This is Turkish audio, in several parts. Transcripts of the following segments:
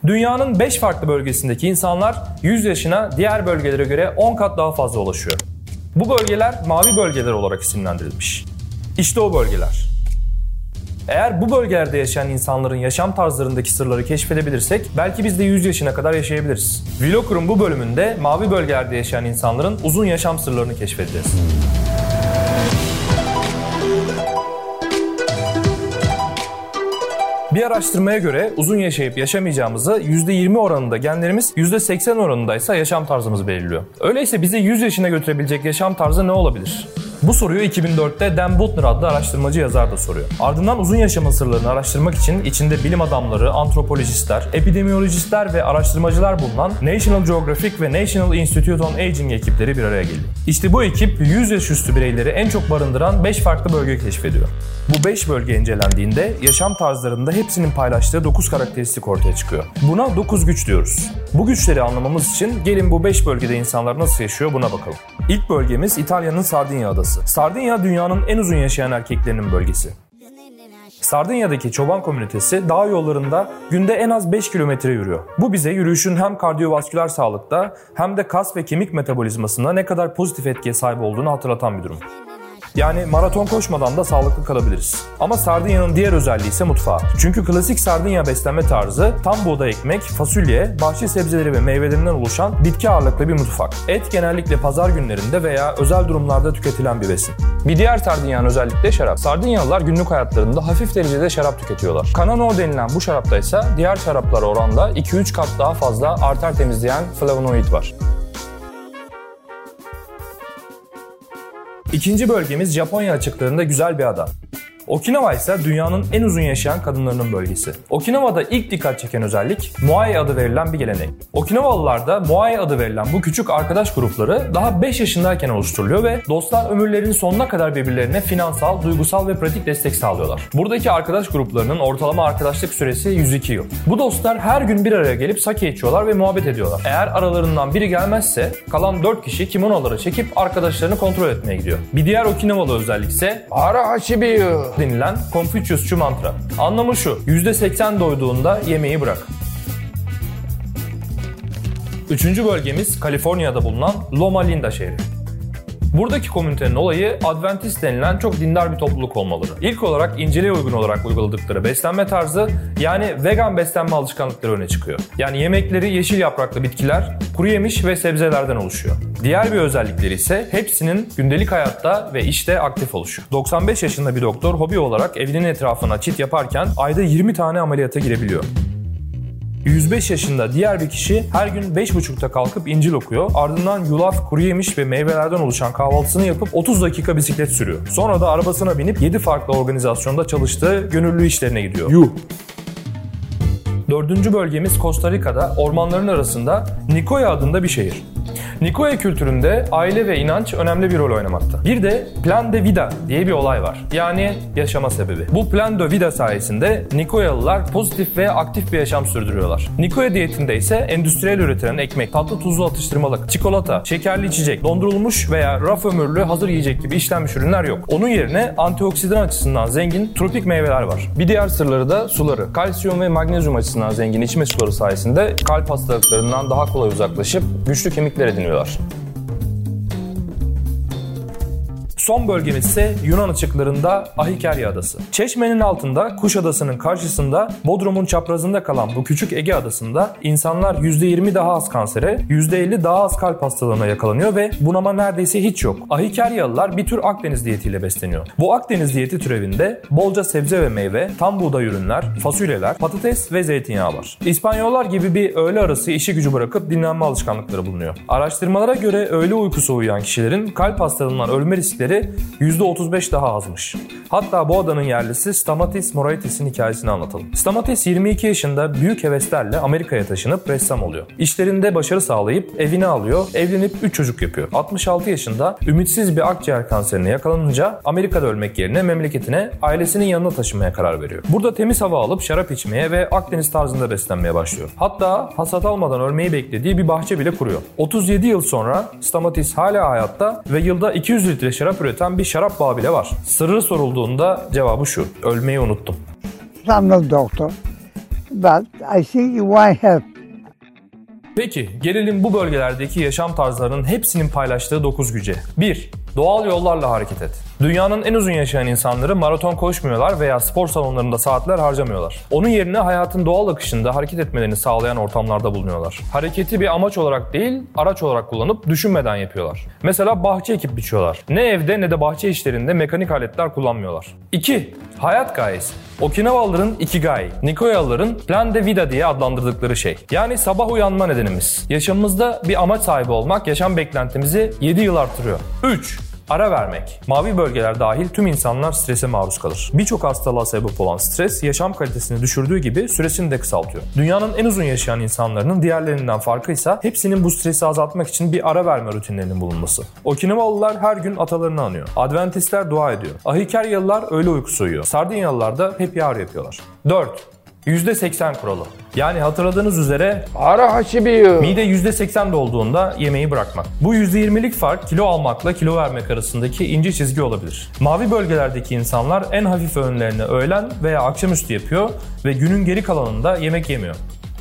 Dünyanın 5 farklı bölgesindeki insanlar 100 yaşına diğer bölgelere göre 10 kat daha fazla ulaşıyor. Bu bölgeler mavi bölgeler olarak isimlendirilmiş. İşte o bölgeler. Eğer bu bölgelerde yaşayan insanların yaşam tarzlarındaki sırları keşfedebilirsek belki biz de 100 yaşına kadar yaşayabiliriz. Vlogger'ın bu bölümünde mavi bölgelerde yaşayan insanların uzun yaşam sırlarını keşfedeceğiz. Bir araştırmaya göre uzun yaşayıp yaşamayacağımızı %20 oranında genlerimiz, %80 oranındaysa yaşam tarzımız belirliyor. Öyleyse bizi 100 yaşına götürebilecek yaşam tarzı ne olabilir? Bu soruyu 2004'te Dan Buettner adlı araştırmacı yazar da soruyor. Ardından uzun yaşama sırlarını araştırmak için içinde bilim adamları, antropolojistler, epidemiyolojistler ve araştırmacılar bulunan National Geographic ve National Institute on Aging ekipleri bir araya geliyor. İşte bu ekip 100 yaş üstü bireyleri en çok barındıran 5 farklı bölge keşfediyor. Bu 5 bölge incelendiğinde yaşam tarzlarında hepsinin paylaştığı 9 karakteristik ortaya çıkıyor. Buna 9 güç diyoruz. Bu güçleri anlamamız için gelin bu 5 bölgede insanlar nasıl yaşıyor buna bakalım. İlk bölgemiz İtalya'nın Sardinya adası. Sardinya dünyanın en uzun yaşayan erkeklerinin bölgesi. Sardinya'daki çoban komünitesi dağ yollarında günde en az 5 kilometre yürüyor. Bu bize yürüyüşün hem kardiyovasküler sağlıkta hem de kas ve kemik metabolizmasında ne kadar pozitif etkiye sahip olduğunu hatırlatan bir durum. Yani maraton koşmadan da sağlıklı kalabiliriz. Ama Sardinya'nın diğer özelliği ise mutfağı. Çünkü klasik Sardinya beslenme tarzı tam buğday ekmek, fasulye, bahçe sebzeleri ve meyvelerinden oluşan bitki ağırlıklı bir mutfak. Et genellikle pazar günlerinde veya özel durumlarda tüketilen bir besin. Bir diğer Sardinya'nın özelliği de şarap. Sardinyalılar günlük hayatlarında hafif derecede şarap tüketiyorlar. Canano denilen bu şarapta ise diğer şaraplara oranla 2-3 kat daha fazla arter temizleyen flavonoid var. İkinci bölgemiz Japonya açıklarında güzel bir ada. Okinawa ise dünyanın en uzun yaşayan kadınlarının bölgesi. Okinawa'da ilk dikkat çeken özellik Moai adı verilen bir gelenek. Okinawalılarda Moai adı verilen bu küçük arkadaş grupları daha 5 yaşındayken oluşturuluyor ve dostlar ömürlerinin sonuna kadar birbirlerine finansal, duygusal ve pratik destek sağlıyorlar. Buradaki arkadaş gruplarının ortalama arkadaşlık süresi 102 yıl. Bu dostlar her gün bir araya gelip sake içiyorlar ve muhabbet ediyorlar. Eğer aralarından biri gelmezse kalan 4 kişi kimonoları çekip arkadaşlarını kontrol etmeye gidiyor. Bir diğer Okinawalı özellik ise Ara Hashibiyu denilen Konfüçyüsçü mantra. Anlamı şu, %80 doyduğunda yemeği bırak. Üçüncü bölgemiz Kaliforniya'da bulunan Loma Linda şehri. Buradaki komünitenin olayı Adventist denilen çok dindar bir topluluk olmaları. İlk olarak İncil'e uygun olarak uyguladıkları beslenme tarzı yani vegan beslenme alışkanlıkları öne çıkıyor. Yani yemekleri yeşil yapraklı bitkiler, kuru yemiş ve sebzelerden oluşuyor. Diğer bir özellikleri ise hepsinin gündelik hayatta ve işte aktif oluşu. 95 yaşında bir doktor hobi olarak evinin etrafına çit yaparken ayda 20 tane ameliyata girebiliyor. 105 yaşında diğer bir kişi her gün 5.30'da kalkıp İncil okuyor. Ardından yulaf, kuru yemiş ve meyvelerden oluşan kahvaltısını yapıp 30 dakika bisiklet sürüyor. Sonra da arabasına binip 7 farklı organizasyonda çalıştığı gönüllü işlerine gidiyor. Dördüncü bölgemiz Costa Rica'da ormanların arasında Nicoya adında bir şehir. Nicoya kültüründe aile ve inanç önemli bir rol oynamakta. Bir de Plan de Vida diye bir olay var. Yani yaşama sebebi. Bu Plan de Vida sayesinde Nicoyalılar pozitif ve aktif bir yaşam sürdürüyorlar. Nicoya diyetinde ise endüstriyel üretilen ekmek, tatlı tuzlu atıştırmalık, çikolata, şekerli içecek, dondurulmuş veya raf ömürlü hazır yiyecek gibi işlenmiş ürünler yok. Onun yerine antioksidan açısından zengin tropik meyveler var. Bir diğer sırları da suları. Kalsiyum ve magnezyum açısından zengin içme suları sayesinde kalp hastalıklarından daha kolay uzaklaşıp güçlü kemikler ediniyorlar. Son bölgemiz ise Yunan açıklarında Ahikerya Adası. Çeşmenin altında Kuşadası'nın karşısında Bodrum'un çaprazında kalan bu küçük Ege Adası'nda insanlar %20 daha az kansere, %50 daha az kalp hastalığına yakalanıyor ve bunama neredeyse hiç yok. Ahikeryalılar bir tür Akdeniz diyetiyle besleniyor. Bu Akdeniz diyeti türevinde bolca sebze ve meyve, tam buğday ürünler, fasulyeler, patates ve zeytinyağı var. İspanyollar gibi bir öğle arası işi gücü bırakıp dinlenme alışkanlıkları bulunuyor. Araştırmalara göre öğle uykusu uyuyan kişilerin kalp hastalığından ölme riskleri %35 daha azmış. Hatta bu adanın yerlisi Stamatis Moraitis'in hikayesini anlatalım. Stamatis 22 yaşında büyük heveslerle Amerika'ya taşınıp ressam oluyor. İşlerinde başarı sağlayıp evini alıyor, evlenip 3 çocuk yapıyor. 66 yaşında ümitsiz bir akciğer kanserine yakalanınca Amerika'da ölmek yerine memleketine, ailesinin yanına taşınmaya karar veriyor. Burada temiz hava alıp şarap içmeye ve Akdeniz tarzında beslenmeye başlıyor. Hatta hasat almadan ölmeyi beklediği bir bahçe bile kuruyor. 37 yıl sonra Stamatis hala hayatta ve yılda 200 litre şarap üreten bir şarap bağı bile var. Sırrı sorulduğunda cevabı şu: ölmeyi unuttum. I'm not a doctor. but I think it won't help. Peki, gelelim bu bölgelerdeki yaşam tarzlarının hepsinin paylaştığı 9 güce. 1. Doğal yollarla hareket et. Dünyanın en uzun yaşayan insanları maraton koşmuyorlar veya spor salonlarında saatler harcamıyorlar. Onun yerine hayatın doğal akışında hareket etmelerini sağlayan ortamlarda bulunuyorlar. Hareketi bir amaç olarak değil, araç olarak kullanıp düşünmeden yapıyorlar. Mesela bahçe ekip biçiyorlar. Ne evde ne de bahçe işlerinde mekanik aletler kullanmıyorlar. 2. Hayat gayesi. Okinawalıların Ikigai, Nicoyalıların Plan de Vida diye adlandırdıkları şey. Yani sabah uyanma nedenimiz. Yaşamımızda bir amaç sahibi olmak yaşam beklentimizi 7 yıl artırıyor. 3. Ara vermek. Mavi bölgeler dahil tüm insanlar strese maruz kalır. Birçok hastalığa sebep olan stres yaşam kalitesini düşürdüğü gibi süresini de kısaltıyor. Dünyanın en uzun yaşayan insanların diğerlerinden farkıysa hepsinin bu stresi azaltmak için bir ara verme rutinlerinin bulunması. Okinawalılar her gün atalarını anıyor. Adventistler dua ediyor. Ahikeryalılar öğle uykusu uyuyor. Sardinyalılar da happy hour yapıyorlar. 4. %80 kuralı. Yani hatırladığınız üzere mide %80 dolduğunda yemeği bırakmak. Bu %20'lik fark kilo almakla kilo vermek arasındaki ince çizgi olabilir. Mavi bölgelerdeki insanlar en hafif öğünlerini öğlen veya akşamüstü yapıyor ve günün geri kalanında yemek yemiyor.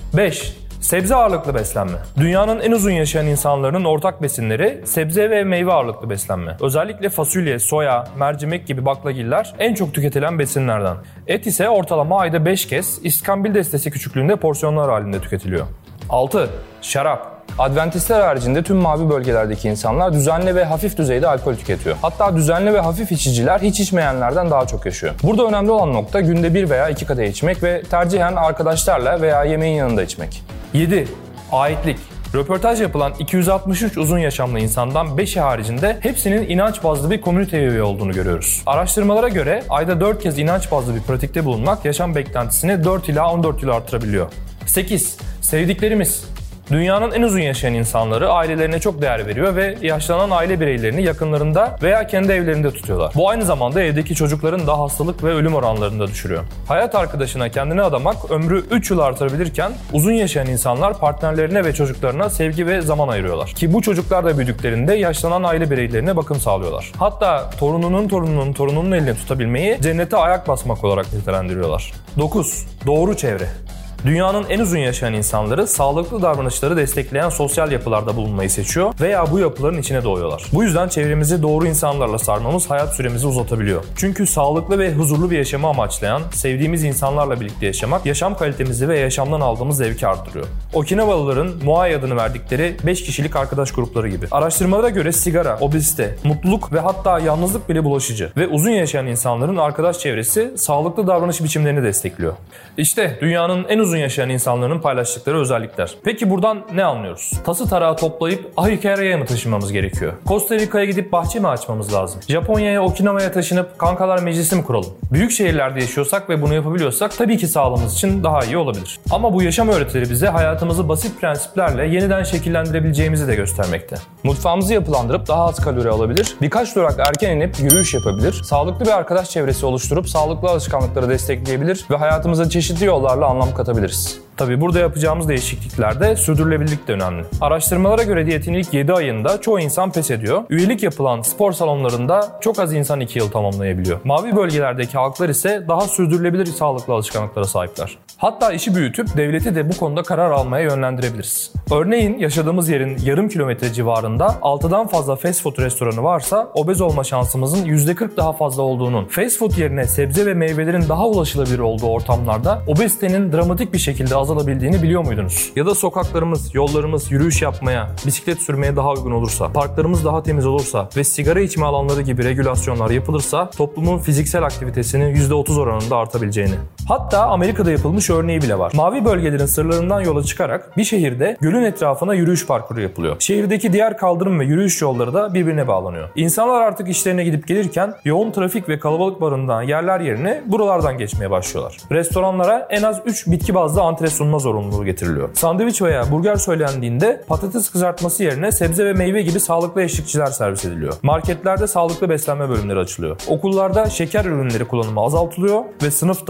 5. Sebze ağırlıklı beslenme. Dünyanın en uzun yaşayan insanların ortak besinleri sebze ve meyve ağırlıklı beslenme. Özellikle fasulye, soya, mercimek gibi baklagiller en çok tüketilen besinlerden. Et ise ortalama ayda 5 kez iskambil destesi küçüklüğünde porsiyonlar halinde tüketiliyor. 6. Şarap. Adventistler haricinde tüm mavi bölgelerdeki insanlar düzenli ve hafif düzeyde alkol tüketiyor. Hatta düzenli ve hafif içiciler hiç içmeyenlerden daha çok yaşıyor. Burada önemli olan nokta günde 1 veya 2 kadeh içmek ve tercihen arkadaşlarla veya yemeğin yanında içmek. 7. Aitlik. Röportaj yapılan 263 uzun yaşamlı insandan 5'i haricinde hepsinin inanç bazlı bir komünite üye olduğunu görüyoruz. Araştırmalara göre ayda 4 kez inanç bazlı bir pratikte bulunmak yaşam beklentisini 4 ila 14 yıl artırabiliyor. 8. Sevdiklerimiz. Dünyanın en uzun yaşayan insanları ailelerine çok değer veriyor ve yaşlanan aile bireylerini yakınlarında veya kendi evlerinde tutuyorlar. Bu aynı zamanda evdeki çocukların da hastalık ve ölüm oranlarını da düşürüyor. Hayat arkadaşına kendini adamak ömrü 3 yıl artırabilirken uzun yaşayan insanlar partnerlerine ve çocuklarına sevgi ve zaman ayırıyorlar. Ki bu çocuklar da büyüdüklerinde yaşlanan aile bireylerine bakım sağlıyorlar. Hatta torununun elini tutabilmeyi cennete ayak basmak olarak nitelendiriyorlar. 9. Doğru çevre. Dünyanın en uzun yaşayan insanları sağlıklı davranışları destekleyen sosyal yapılarda bulunmayı seçiyor veya bu yapıların içine doğuyorlar. Bu yüzden çevremizi doğru insanlarla sarmamız hayat süremizi uzatabiliyor. Çünkü sağlıklı ve huzurlu bir yaşamı amaçlayan, sevdiğimiz insanlarla birlikte yaşamak yaşam kalitemizi ve yaşamdan aldığımız zevki arttırıyor. Okinawalıların Moai adını verdikleri 5 kişilik arkadaş grupları gibi. Araştırmalara göre sigara, obezite, mutluluk ve hatta yalnızlık bile bulaşıcı ve uzun yaşayan insanların arkadaş çevresi sağlıklı davranış biçimlerini destekliyor. İşte dünyanın en uzun yaşayan insanların paylaştıkları özellikler. Peki buradan ne anlıyoruz? Tası tarağı toplayıp Ahikerya'ya mı taşınmamız gerekiyor? Costa Rica'ya gidip bahçe mi açmamız lazım? Japonya'ya, Okinawa'ya taşınıp kankalar meclisi mi kuralım? Büyük şehirlerde yaşıyorsak ve bunu yapabiliyorsak tabii ki sağlığımız için daha iyi olabilir. Ama bu yaşam öğretileri bize hayatımızı basit prensiplerle yeniden şekillendirebileceğimizi de göstermekte. Mutfağımızı yapılandırıp daha az kalori alabilir, birkaç durak erken inip yürüyüş yapabilir, sağlıklı bir arkadaş çevresi oluşturup sağlıklı alışkanlıkları destekleyebilir ve hayatımıza çeşitli yollarla anlam katabiliriz. Tabii burada yapacağımız değişikliklerde sürdürülebilirlik de önemli. Araştırmalara göre diyetin ilk 7 ayında çoğu insan pes ediyor. Üyelik yapılan spor salonlarında çok az insan 2 yıl tamamlayabiliyor. Mavi bölgelerdeki halklar ise daha sürdürülebilir sağlıklı alışkanlıklara sahipler. Hatta işi büyütüp devleti de bu konuda karar almaya yönlendirebiliriz. Örneğin yaşadığımız yerin yarım kilometre civarında 6'dan fazla fast food restoranı varsa obez olma şansımızın %40 daha fazla olduğunun, fast food yerine sebze ve meyvelerin daha ulaşılabilir olduğu ortamlarda obezitenin dramatik bir şekilde azalabildiğini biliyor muydunuz? Ya da sokaklarımız, yollarımız yürüyüş yapmaya, bisiklet sürmeye daha uygun olursa, parklarımız daha temiz olursa ve sigara içme alanları gibi regülasyonlar yapılırsa toplumun fiziksel aktivitesinin %30 oranında artabileceğini. Hatta Amerika'da yapılmış örneği bile var. Mavi bölgelerin sırlarından yola çıkarak bir şehirde gölün etrafına yürüyüş parkuru yapılıyor. Şehirdeki diğer kaldırım ve yürüyüş yolları da birbirine bağlanıyor. İnsanlar artık işlerine gidip gelirken yoğun trafik ve kalabalık barındıran yerler yerine buralardan geçmeye başlıyorlar. Restoranlara en az 3 bitki bazlı antre sunma zorunluluğu getiriliyor. Sandviç veya burger söylendiğinde patates kızartması yerine sebze ve meyve gibi sağlıklı eşlikçiler servis ediliyor. Marketlerde sağlıklı beslenme bölümleri açılıyor. Okullarda şeker ürünleri kullanımı azaltılıyor ve sınıfta koridor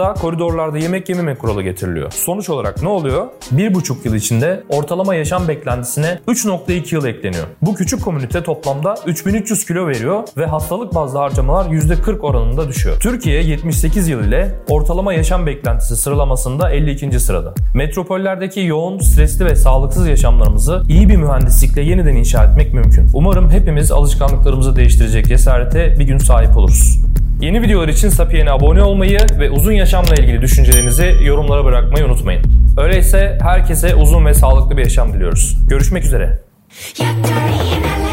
koridorlarda yemek yememe kuralı getiriliyor. Sonuç olarak ne oluyor? 1,5 yıl içinde ortalama yaşam beklentisine 3,2 yıl ekleniyor. Bu küçük komünite toplamda 3300 kilo veriyor ve hastalık bazlı harcamalar %40 oranında düşüyor. Türkiye 78 yıl ile ortalama yaşam beklentisi sıralamasında 52. sırada. Metropollerdeki yoğun, stresli ve sağlıksız yaşamlarımızı iyi bir mühendislikle yeniden inşa etmek mümkün. Umarım hepimiz alışkanlıklarımızı değiştirecek cesarete bir gün sahip oluruz. Yeni videolar için Sapien'e abone olmayı ve uzun yaşamla ilgili düşüncelerinizi yorumlara bırakmayı unutmayın. Öyleyse herkese uzun ve sağlıklı bir yaşam diliyoruz. Görüşmek üzere.